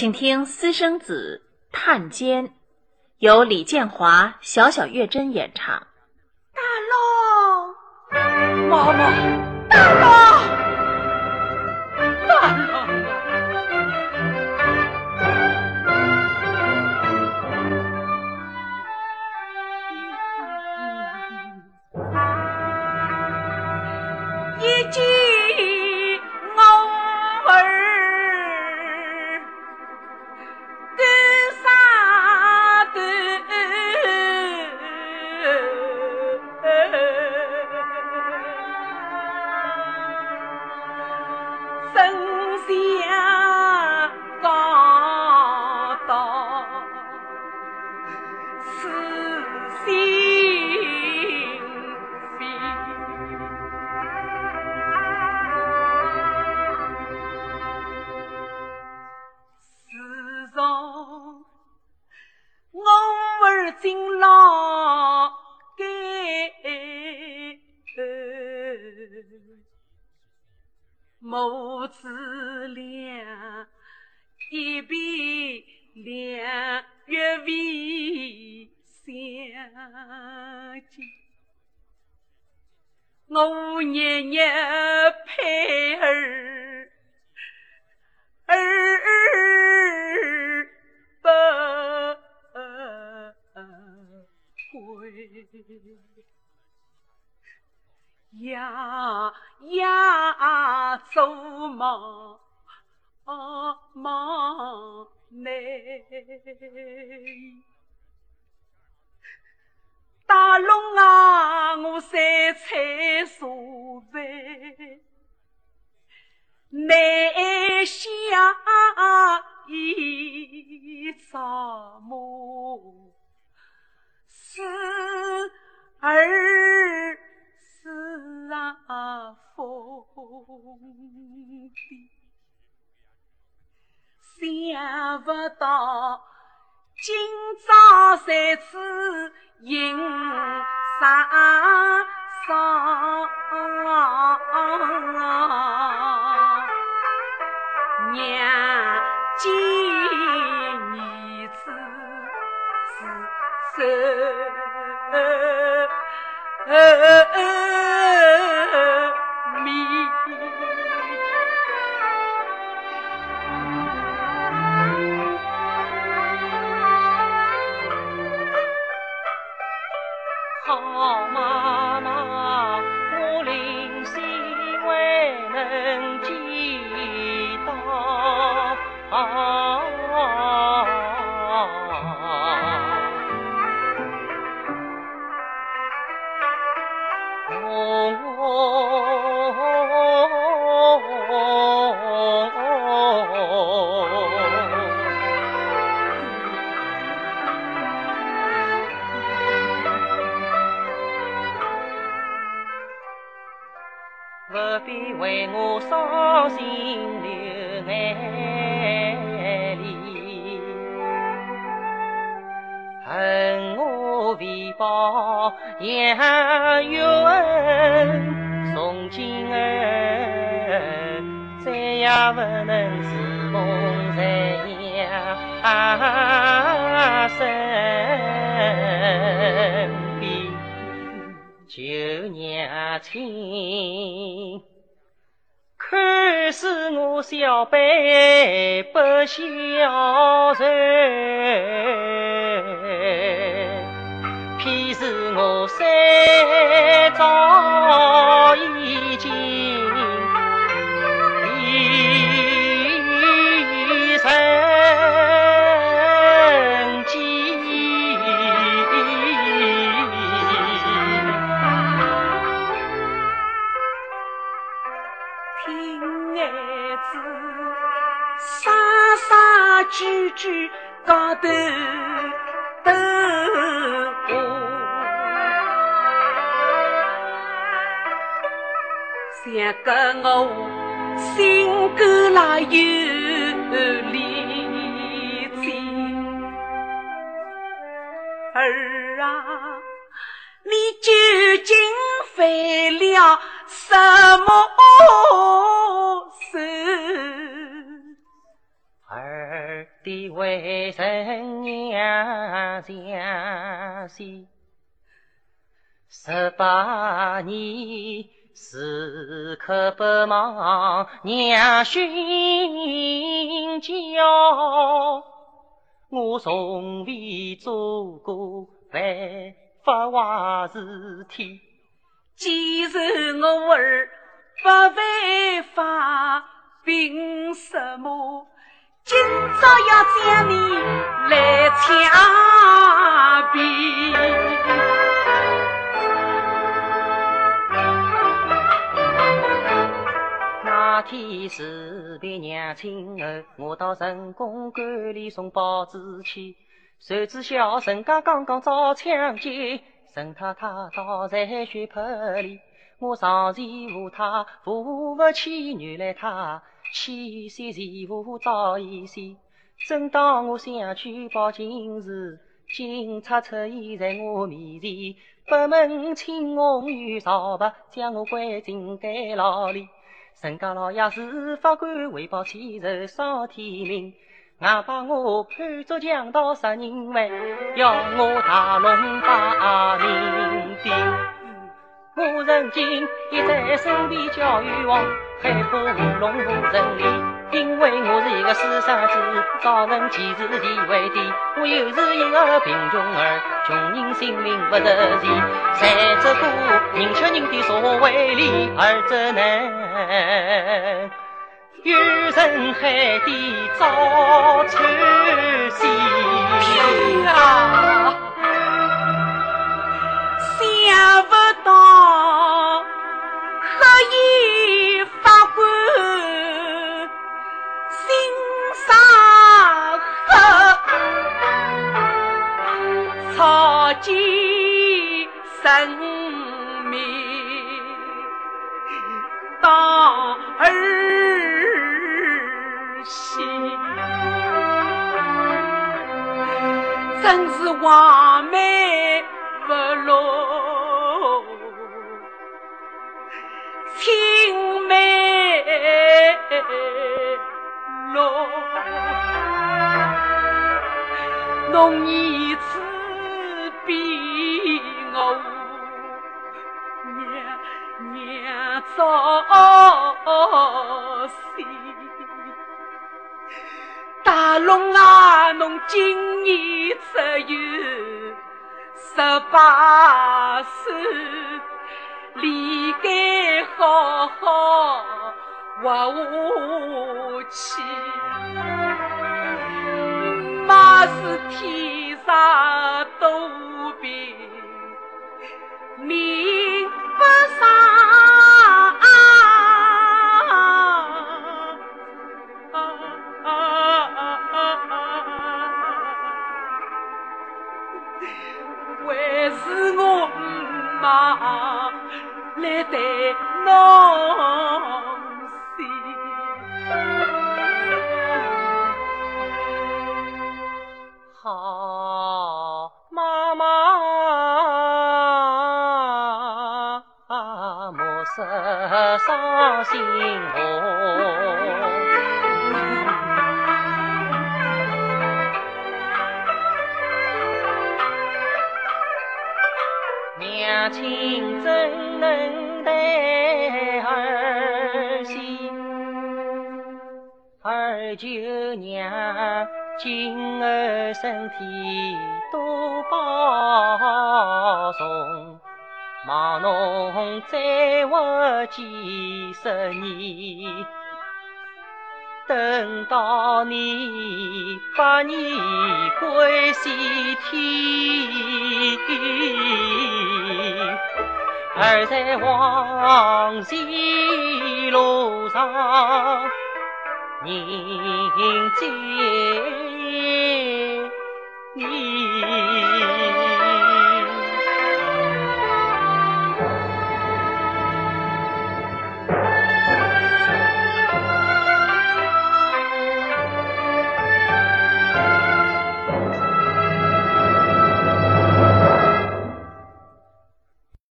请听私生子探监，由李建华、小小月珍演唱。 大龙，妈妈，大龙，大龙。一见我儿干啥的，身下高到此心扉。自从我儿进牢监，母子俩一别2月未相见，我日日陪儿不归，呀做梦内，大龙啊，我三菜茶饭难下一朝暮，是儿是啊疯的，想不到今朝在此迎上娘见儿子是命。 好妈妈，我灵犀未能记到，不必为我伤心流眼泪，恨我为报养育恩，从今儿再也不能侍奉在呀身边，求娘亲看是我小辈不孝顺，偏是我三早已经一生计， 听孩子沙句句讲斗想跟我心肝啦有理情，儿啊，你究竟犯了什么事？ 儿的为人娘相惜，18年时刻不忘娘训教，我从未做过犯法坏事体。 既然我儿不违法，凭什么今朝要将你来枪毙？ 那天是别娘亲后，我到成功馆里送报纸去，谁知晓人家刚刚遭抢劫，陈太太倒在血泊里。我上前扶她，扶不起，原来她气息前无早已死。正当我想去报警时，警察出现在我面前，不问青红与皂白，将我关进监牢里。陈家老爷是法官汇报起受伤天命，硬把我判捉强盗杀人犯，要我大龙把命定。我曾经一再身边教育我，海阔龙无人理，因为我是一个私生子，造成歧视地位低。我又是一个贫穷儿，穷人性命不值钱，在这个人吃人的社会里，儿只能与人海底遭穿心啊！想不到黑衣法官心上黑，草菅人命当儿媳，真是完美不落，青梅落，侬儿子比我娘早死。大龙啊，侬今年只有18岁，理该好好活下去。妈是天上多病，命不长。为是我妈来对侬心， 好妈妈莫使伤心哦。娘亲怎能待儿媳？儿就娘今儿身体多保重，望侬再活几10年，等到你8年归西天，儿在黄泉路上迎接你。